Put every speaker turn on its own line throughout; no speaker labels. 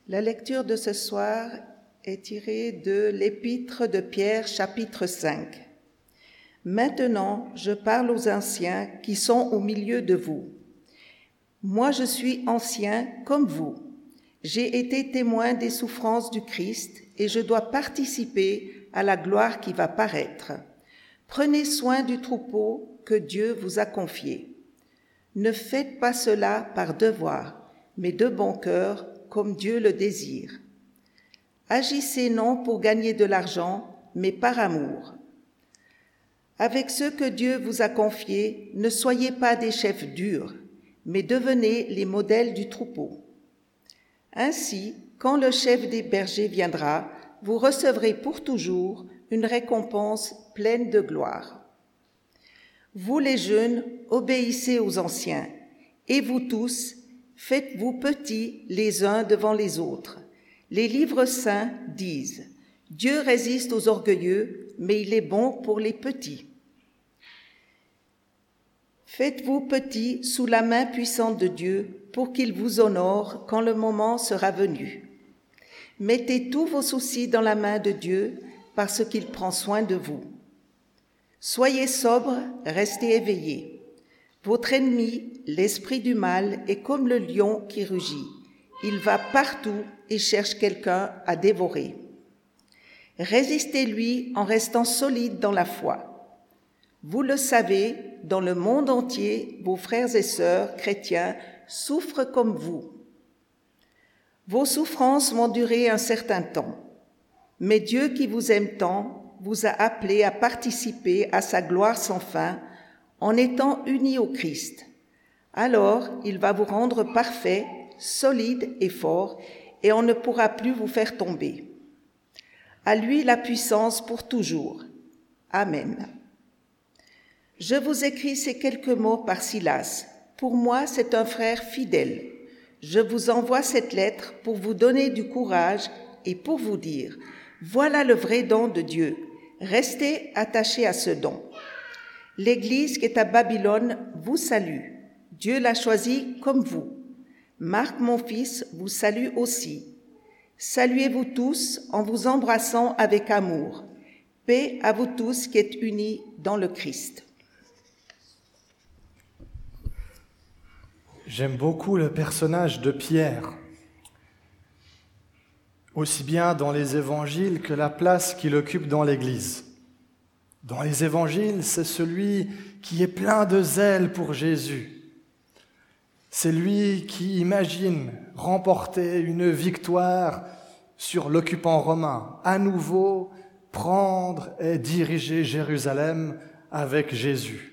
La lecture de ce soir est tirée de l'Épître de Pierre, chapitre 5. Maintenant, je parle aux anciens qui sont au milieu de vous. Moi, je suis ancien comme vous. J'ai été témoin des souffrances du Christ et je dois participer à la gloire qui va paraître. Prenez soin du troupeau que Dieu vous a confié. Ne faites pas cela par devoir, mais de bon cœur, comme Dieu le désire. Agissez non pour gagner de l'argent, mais par amour. Avec ceux que Dieu vous a confiés, ne soyez pas des chefs durs, mais devenez les modèles du troupeau. Ainsi, quand le chef des bergers viendra, vous recevrez pour toujours une récompense pleine de gloire. Vous les jeunes, obéissez aux anciens, et vous tous, faites-vous petits les uns devant les autres. Les livres saints disent « Dieu résiste aux orgueilleux, mais il est bon pour les petits. » Faites-vous petits sous la main puissante de Dieu pour qu'il vous honore quand le moment sera venu. Mettez tous vos soucis dans la main de Dieu parce qu'il prend soin de vous. Soyez sobres, restez éveillés. Votre ennemi, l'esprit du mal, est comme le lion qui rugit. Il va partout et cherche quelqu'un à dévorer. Résistez-lui en restant solide dans la foi. Vous le savez, dans le monde entier, vos frères et sœurs chrétiens souffrent comme vous. Vos souffrances vont durer un certain temps, mais Dieu qui vous aime tant vous a appelé à participer à sa gloire sans fin en étant unis au Christ. Alors, il va vous rendre parfait, solide et fort, et on ne pourra plus vous faire tomber. À lui la puissance pour toujours. Amen. Je vous écris ces quelques mots par Silas. Pour moi, c'est un frère fidèle. Je vous envoie cette lettre pour vous donner du courage et pour vous dire « Voilà le vrai don de Dieu. Restez attachés à ce don. » L'Église qui est à Babylone vous salue. Dieu l'a choisie comme vous. Marc, mon fils, vous salue aussi. Saluez-vous tous en vous embrassant avec amour. Paix à vous tous qui êtes unis dans le Christ.
J'aime beaucoup le personnage de Pierre, aussi bien dans les évangiles que la place qu'il occupe dans l'Église. Dans les évangiles, c'est celui qui est plein de zèle pour Jésus. C'est lui qui imagine remporter une victoire sur l'occupant romain, à nouveau prendre et diriger Jérusalem avec Jésus.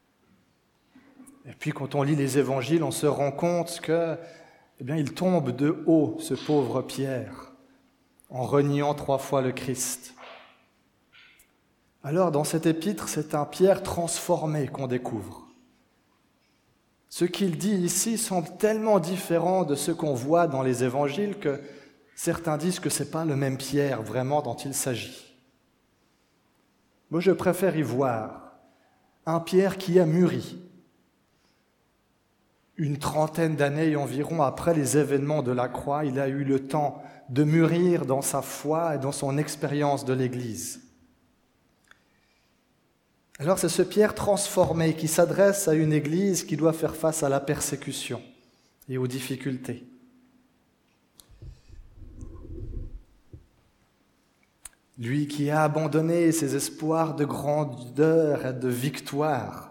Et puis quand on lit les évangiles, on se rend compte que, il tombe de haut, ce pauvre Pierre, en reniant 3 fois le Christ. Alors, dans cet épître, c'est un Pierre transformé qu'on découvre. Ce qu'il dit ici semble tellement différent de ce qu'on voit dans les évangiles que certains disent que ce n'est pas le même Pierre vraiment dont il s'agit. Moi, je préfère y voir un Pierre qui a mûri. Une trentaine d'années environ après les événements de la croix, il a eu le temps de mûrir dans sa foi et dans son expérience de l'Église. Alors c'est ce Pierre transformé qui s'adresse à une Église qui doit faire face à la persécution et aux difficultés. Lui qui a abandonné ses espoirs de grandeur et de victoire,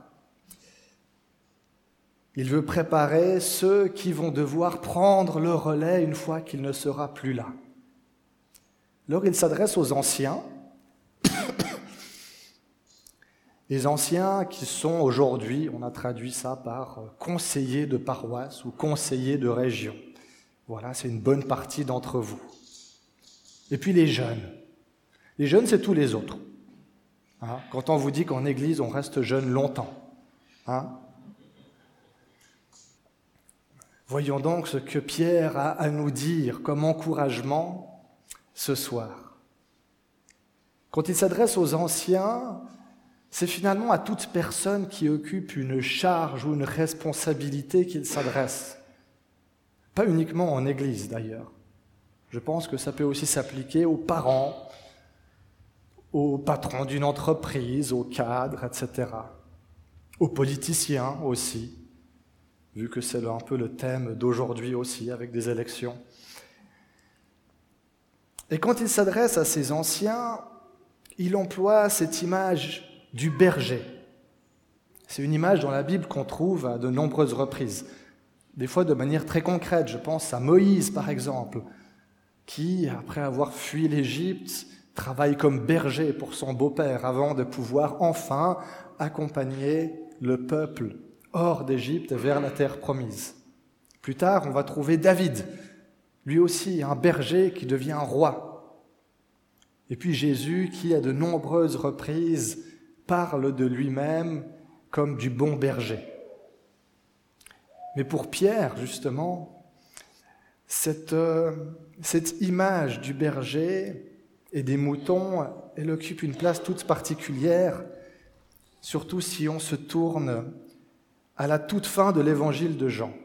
il veut préparer ceux qui vont devoir prendre le relais une fois qu'il ne sera plus là. Alors il s'adresse aux anciens, les anciens qui sont aujourd'hui, on a traduit ça par conseillers de paroisse ou conseillers de région. Voilà, c'est une bonne partie d'entre vous. Et puis les jeunes. Les jeunes, c'est tous les autres. Quand on vous dit qu'en Église, on reste jeune longtemps. Voyons donc ce que Pierre a à nous dire comme encouragement ce soir. Quand il s'adresse aux anciens, c'est finalement à toute personne qui occupe une charge ou une responsabilité qu'il s'adresse. Pas uniquement en Église d'ailleurs. Je pense que ça peut aussi s'appliquer aux parents, aux patrons d'une entreprise, aux cadres, etc. Aux politiciens aussi, vu que c'est un peu le thème d'aujourd'hui aussi, avec des élections. Et quand il s'adresse à ces anciens, il emploie cette image du berger. C'est une image dans la Bible qu'on trouve à de nombreuses reprises, des fois de manière très concrète. Je pense à Moïse, par exemple, qui, après avoir fui l'Égypte, travaille comme berger pour son beau-père avant de pouvoir enfin accompagner le peuple hors d'Égypte vers la terre promise. Plus tard, on va trouver David, lui aussi un berger qui devient roi. Et puis Jésus qui, à de nombreuses reprises, parle de lui-même comme du bon berger. Mais pour Pierre, justement, cette image du berger et des moutons, elle occupe une place toute particulière, surtout si on se tourne à la toute fin de l'évangile de Jean.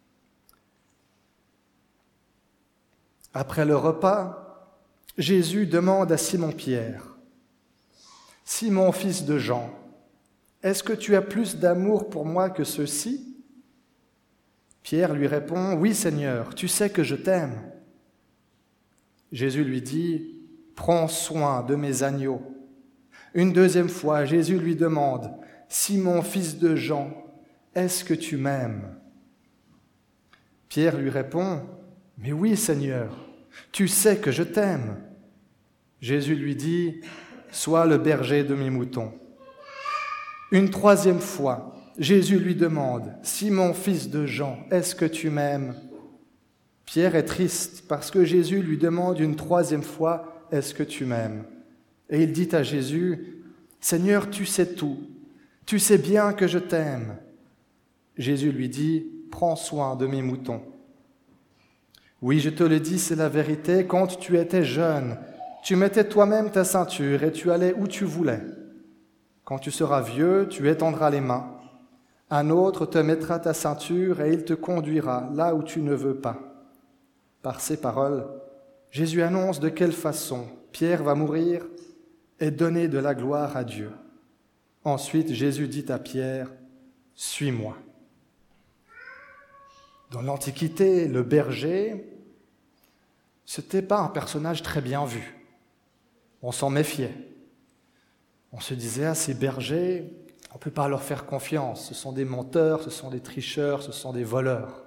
Après le repas, Jésus demande à Simon-Pierre, « Simon, fils de Jean, est-ce que tu as plus d'amour pour moi que ceux-ci » Pierre lui répond, « Oui, Seigneur, tu sais que je t'aime. » Jésus lui dit, « Prends soin de mes agneaux. » Une deuxième fois, Jésus lui demande, « Simon, fils de Jean, est-ce que tu m'aimes » Pierre lui répond, « Mais oui, Seigneur, tu sais que je t'aime. » Jésus lui dit, « Sois le berger de mes moutons. » Une troisième fois, Jésus lui demande, « Simon, fils de Jean, est-ce que tu m'aimes » Pierre est triste parce que Jésus lui demande une troisième fois, « Est-ce que tu m'aimes » Et il dit à Jésus, « Seigneur, tu sais tout, tu sais bien que je t'aime. » Jésus lui dit, « Prends soin de mes moutons. » Oui, je te le dis, c'est la vérité, quand tu étais jeune, tu mettais toi-même ta ceinture et tu allais où tu voulais. Quand tu seras vieux, tu étendras les mains. Un autre te mettra ta ceinture et il te conduira là où tu ne veux pas. Par ces paroles, Jésus annonce de quelle façon Pierre va mourir et donner de la gloire à Dieu. Ensuite, Jésus dit à Pierre, « Suis-moi. » Dans l'Antiquité, le berger, ce n'était pas un personnage très bien vu. On s'en méfiait. On se disait, ah, ces bergers, on ne peut pas leur faire confiance. Ce sont des menteurs, ce sont des tricheurs, ce sont des voleurs.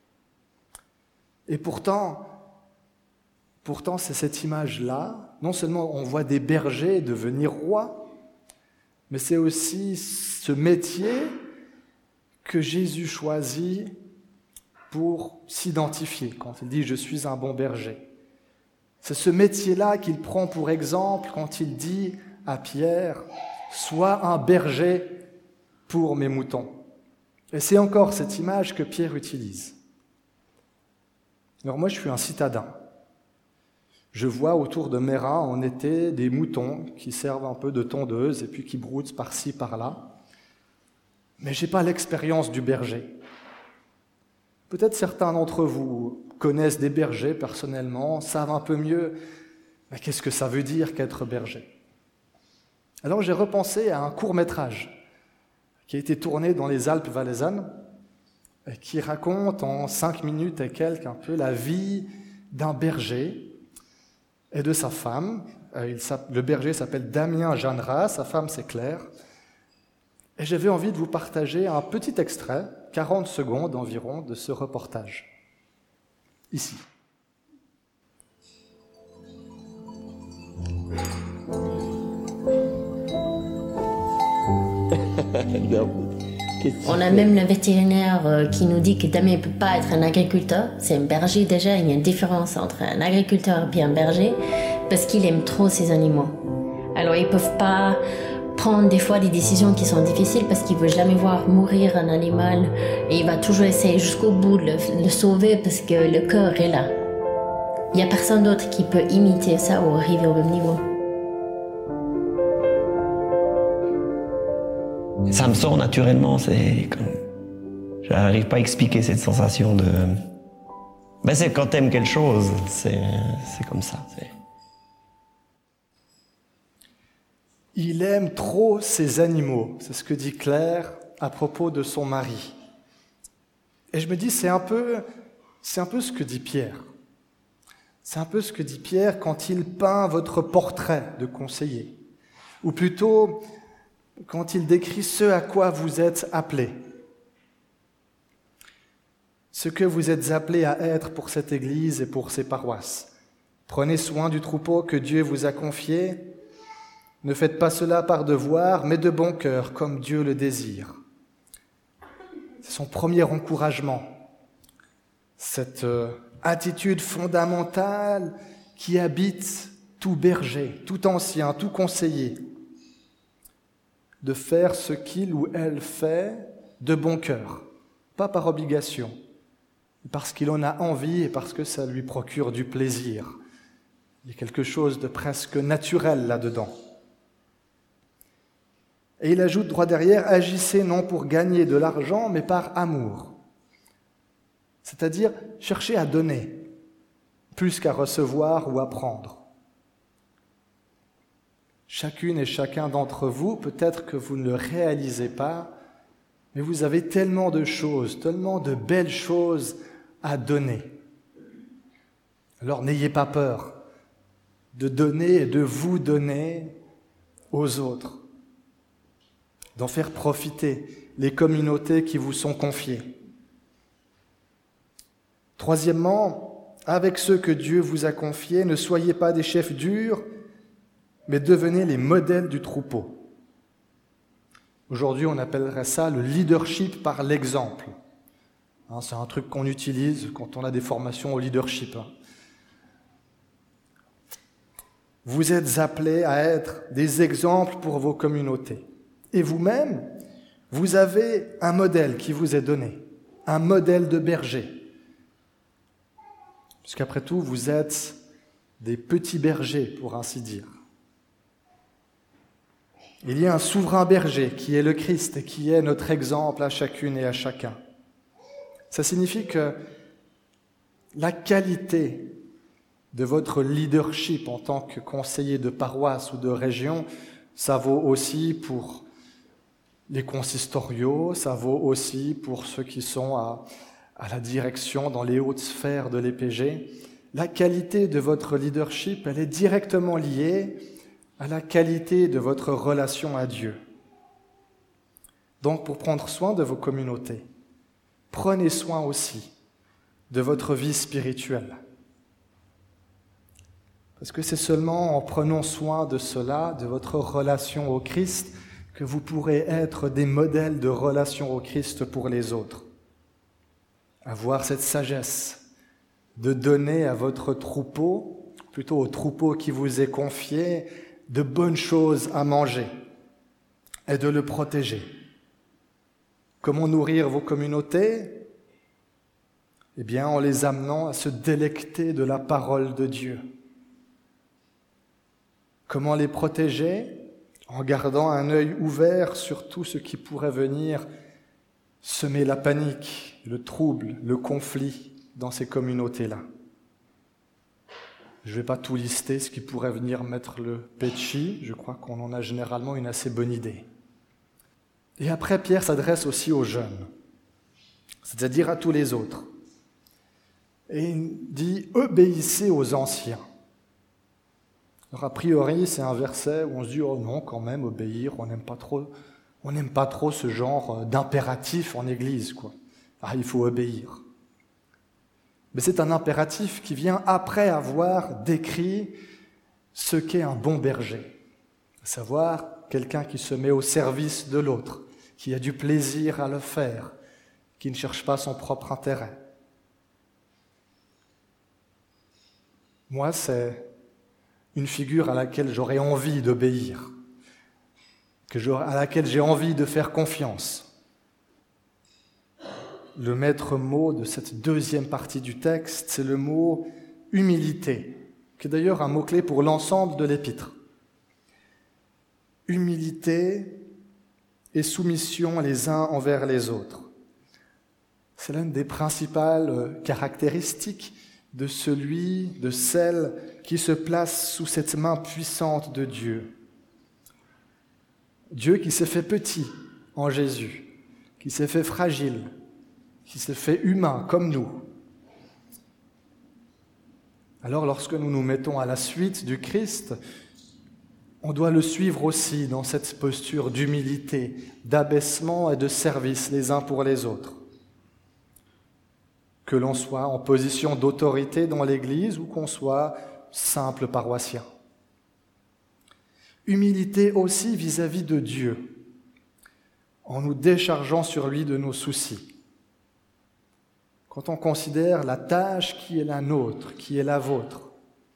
Et pourtant, c'est cette image-là. Non seulement on voit des bergers devenir rois, mais c'est aussi ce métier que Jésus choisit pour s'identifier quand il dit « Je suis un bon berger ». C'est ce métier-là qu'il prend pour exemple quand il dit à Pierre « Sois un berger pour mes moutons ». Et c'est encore cette image que Pierre utilise. Alors moi, je suis un citadin. Je vois autour de mes reins en été des moutons qui servent un peu de tondeuse et puis qui broutent par-ci, par-là. Mais je n'ai pas l'expérience du berger. Peut-être certains d'entre vous connaissent des bergers personnellement, savent un peu mieux, mais qu'est-ce que ça veut dire qu'être berger ? Alors j'ai repensé à un court-métrage qui a été tourné dans les Alpes valaisannes et qui raconte en 5 minutes et quelques un peu la vie d'un berger et de sa femme. Le berger s'appelle Damien Jeannera, sa femme c'est Claire. Et j'avais envie de vous partager un petit extrait, 40 secondes environ, de ce reportage. Ici.
On a même le vétérinaire qui nous dit que Damien ne peut pas être un agriculteur. C'est un berger déjà, il y a une différence entre un agriculteur et un berger parce qu'il aime trop ses animaux. Alors ils ne peuvent pas prendre des fois des décisions qui sont difficiles parce qu'il ne veut jamais voir mourir un animal et il va toujours essayer jusqu'au bout de le sauver parce que le cœur est là. Il n'y a personne d'autre qui peut imiter ça ou arriver au même niveau.
Ça me sort naturellement, je n'arrive pas à expliquer cette sensation C'est quand t'aimes quelque chose, c'est comme ça.
Il aime trop ses animaux, c'est ce que dit Claire à propos de son mari. Et je me dis, c'est un peu ce que dit Pierre. C'est un peu ce que dit Pierre quand il peint votre portrait de conseiller, ou plutôt quand il décrit ce à quoi vous êtes appelés. Ce que vous êtes appelés à être pour cette Église et pour ces paroisses. Prenez soin du troupeau que Dieu vous a confié. Ne faites pas cela par devoir, mais de bon cœur, comme Dieu le désire. C'est son premier encouragement, cette attitude fondamentale qui habite tout berger, tout ancien, tout conseiller, de faire ce qu'il ou elle fait de bon cœur, pas par obligation, parce qu'il en a envie et parce que ça lui procure du plaisir. Il y a quelque chose de presque naturel là-dedans. Et il ajoute droit derrière, agissez non pour gagner de l'argent, mais par amour. C'est-à-dire, cherchez à donner, plus qu'à recevoir ou à prendre. Chacune et chacun d'entre vous, peut-être que vous ne le réalisez pas, mais vous avez tellement de choses, tellement de belles choses à donner. Alors n'ayez pas peur de donner et de vous donner aux autres, d'en faire profiter les communautés qui vous sont confiées. Troisièmement, avec ceux que Dieu vous a confiés, ne soyez pas des chefs durs, mais devenez les modèles du troupeau. Aujourd'hui, on appellerait ça le leadership par l'exemple. C'est un truc qu'on utilise quand on a des formations au leadership. Vous êtes appelés à être des exemples pour vos communautés. Et vous-même, vous avez un modèle qui vous est donné, un modèle de berger. Puisqu'après tout, vous êtes des petits bergers, pour ainsi dire. Il y a un souverain berger qui est le Christ et qui est notre exemple à chacune et à chacun. Ça signifie que la qualité de votre leadership en tant que conseiller de paroisse ou de région, ça vaut aussi pour les consistoriaux, ça vaut aussi pour ceux qui sont à la direction dans les hautes sphères de l'EPG. La qualité de votre leadership, elle est directement liée à la qualité de votre relation à Dieu. Donc, pour prendre soin de vos communautés, prenez soin aussi de votre vie spirituelle. Parce que c'est seulement en prenant soin de cela, de votre relation au Christ, que vous pourrez être des modèles de relation au Christ pour les autres. Avoir cette sagesse de donner à votre troupeau, plutôt au troupeau qui vous est confié, de bonnes choses à manger et de le protéger. Comment nourrir vos communautés ? Eh bien, en les amenant à se délecter de la parole de Dieu. Comment les protéger ? En gardant un œil ouvert sur tout ce qui pourrait venir semer la panique, le trouble, le conflit dans ces communautés-là. Je ne vais pas tout lister, ce qui pourrait venir mettre le péchi, je crois qu'on en a généralement une assez bonne idée. Et après, Pierre s'adresse aussi aux jeunes, c'est-à-dire à tous les autres. Et il dit « obéissez aux anciens ». Alors a priori, c'est un verset où on se dit « oh non, quand même, obéir, on n'aime pas trop ce genre d'impératif en Église, quoi. Ah, il faut obéir ». Mais c'est un impératif qui vient après avoir décrit ce qu'est un bon berger, à savoir quelqu'un qui se met au service de l'autre, qui a du plaisir à le faire, qui ne cherche pas son propre intérêt. Moi, c'est une figure à laquelle j'aurais envie d'obéir, à laquelle j'ai envie de faire confiance. Le maître mot de cette deuxième partie du texte, c'est le mot « humilité », qui est d'ailleurs un mot-clé pour l'ensemble de l'épître. Humilité et soumission les uns envers les autres. C'est l'une des principales caractéristiques de celui, de celle qui se place sous cette main puissante de Dieu. Dieu qui s'est fait petit en Jésus, qui s'est fait fragile, qui s'est fait humain comme nous. Alors lorsque nous nous mettons à la suite du Christ, on doit le suivre aussi dans cette posture d'humilité, d'abaissement et de service les uns pour les autres. Que l'on soit en position d'autorité dans l'Église ou qu'on soit simple paroissien. Humilité aussi vis-à-vis de Dieu, en nous déchargeant sur lui de nos soucis. Quand on considère la tâche qui est la nôtre, qui est la vôtre,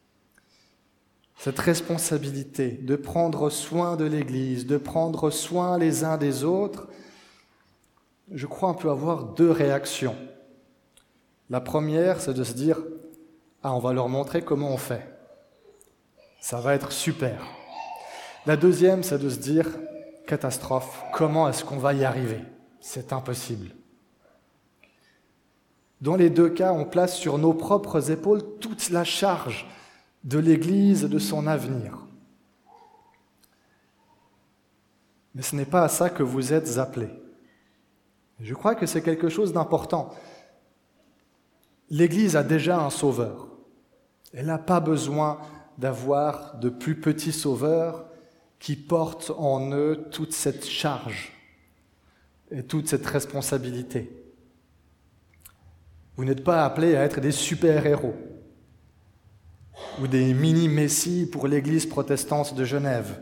cette responsabilité de prendre soin de l'Église, de prendre soin les uns des autres, je crois qu'on peut avoir deux réactions. La première, c'est de se dire « Ah, on va leur montrer comment on fait. Ça va être super. » La deuxième, c'est de se dire « Catastrophe, comment est-ce qu'on va y arriver? C'est impossible. » Dans les deux cas, on place sur nos propres épaules toute la charge de l'Église et de son avenir. Mais ce n'est pas à ça que vous êtes appelés. Je crois que c'est quelque chose d'important. L'Église a déjà un sauveur. Elle n'a pas besoin d'avoir de plus petits sauveurs qui portent en eux toute cette charge et toute cette responsabilité. Vous n'êtes pas appelés à être des super-héros ou des mini-messies pour l'Église protestante de Genève.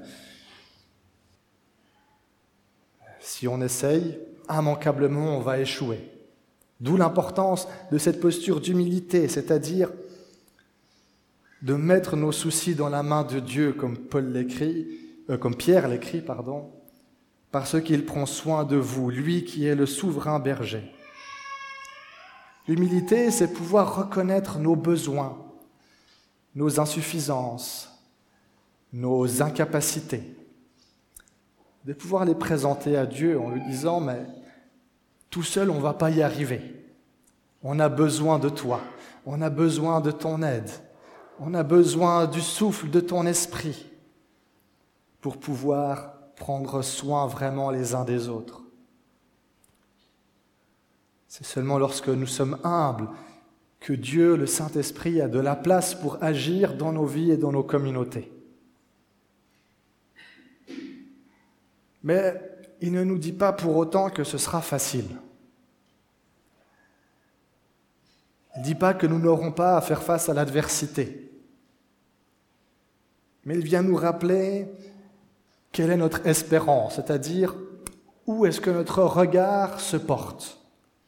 Si on essaye, immanquablement on va échouer. D'où l'importance de cette posture d'humilité, c'est-à-dire de mettre nos soucis dans la main de Dieu, comme Pierre l'écrit, parce qu'il prend soin de vous, lui qui est le souverain berger. L'humilité, c'est pouvoir reconnaître nos besoins, nos insuffisances, nos incapacités, de pouvoir les présenter à Dieu en lui disant « mais tout seul, on ne va pas y arriver. On a besoin de toi, on a besoin de ton aide, on a besoin du souffle de ton esprit pour pouvoir prendre soin vraiment les uns des autres. » C'est seulement lorsque nous sommes humbles que Dieu, le Saint-Esprit, a de la place pour agir dans nos vies et dans nos communautés. Mais il ne nous dit pas pour autant que ce sera facile. Il ne dit pas que nous n'aurons pas à faire face à l'adversité. Mais il vient nous rappeler quelle est notre espérance, c'est-à-dire où est-ce que notre regard se porte.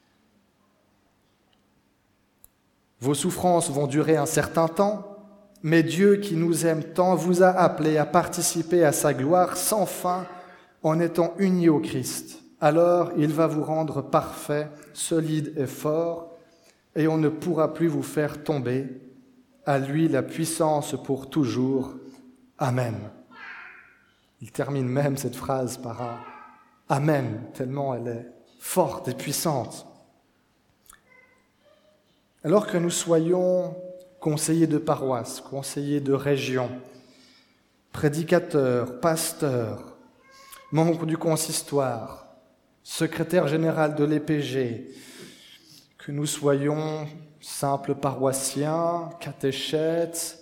Vos souffrances vont durer un certain temps, mais Dieu qui nous aime tant vous a appelés à participer à sa gloire sans fin en étant unis au Christ. Alors il va vous rendre parfait, solide et fort, et on ne pourra plus vous faire tomber. À lui la puissance pour toujours. Amen. Il termine même cette phrase par un Amen, tellement elle est forte et puissante. Alors que nous soyons conseillers de paroisse, conseillers de région, prédicateurs, pasteurs, membres du consistoire, secrétaire général de l'EPG, que nous soyons simples paroissiens, catéchètes,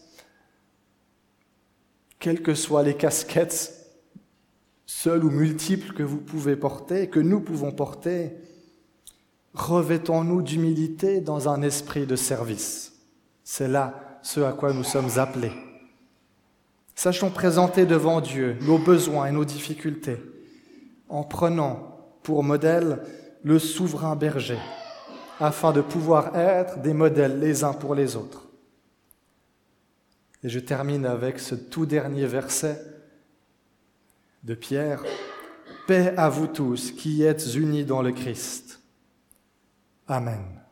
quelles que soient les casquettes, seules ou multiples que vous pouvez porter, que nous pouvons porter, revêtons-nous d'humilité dans un esprit de service. C'est là ce à quoi nous sommes appelés. Sachons présenter devant Dieu nos besoins et nos difficultés, en prenant pour modèle le souverain berger, afin de pouvoir être des modèles les uns pour les autres. Et je termine avec ce tout dernier verset de Pierre. « Paix à vous tous qui êtes unis dans le Christ. » Amen.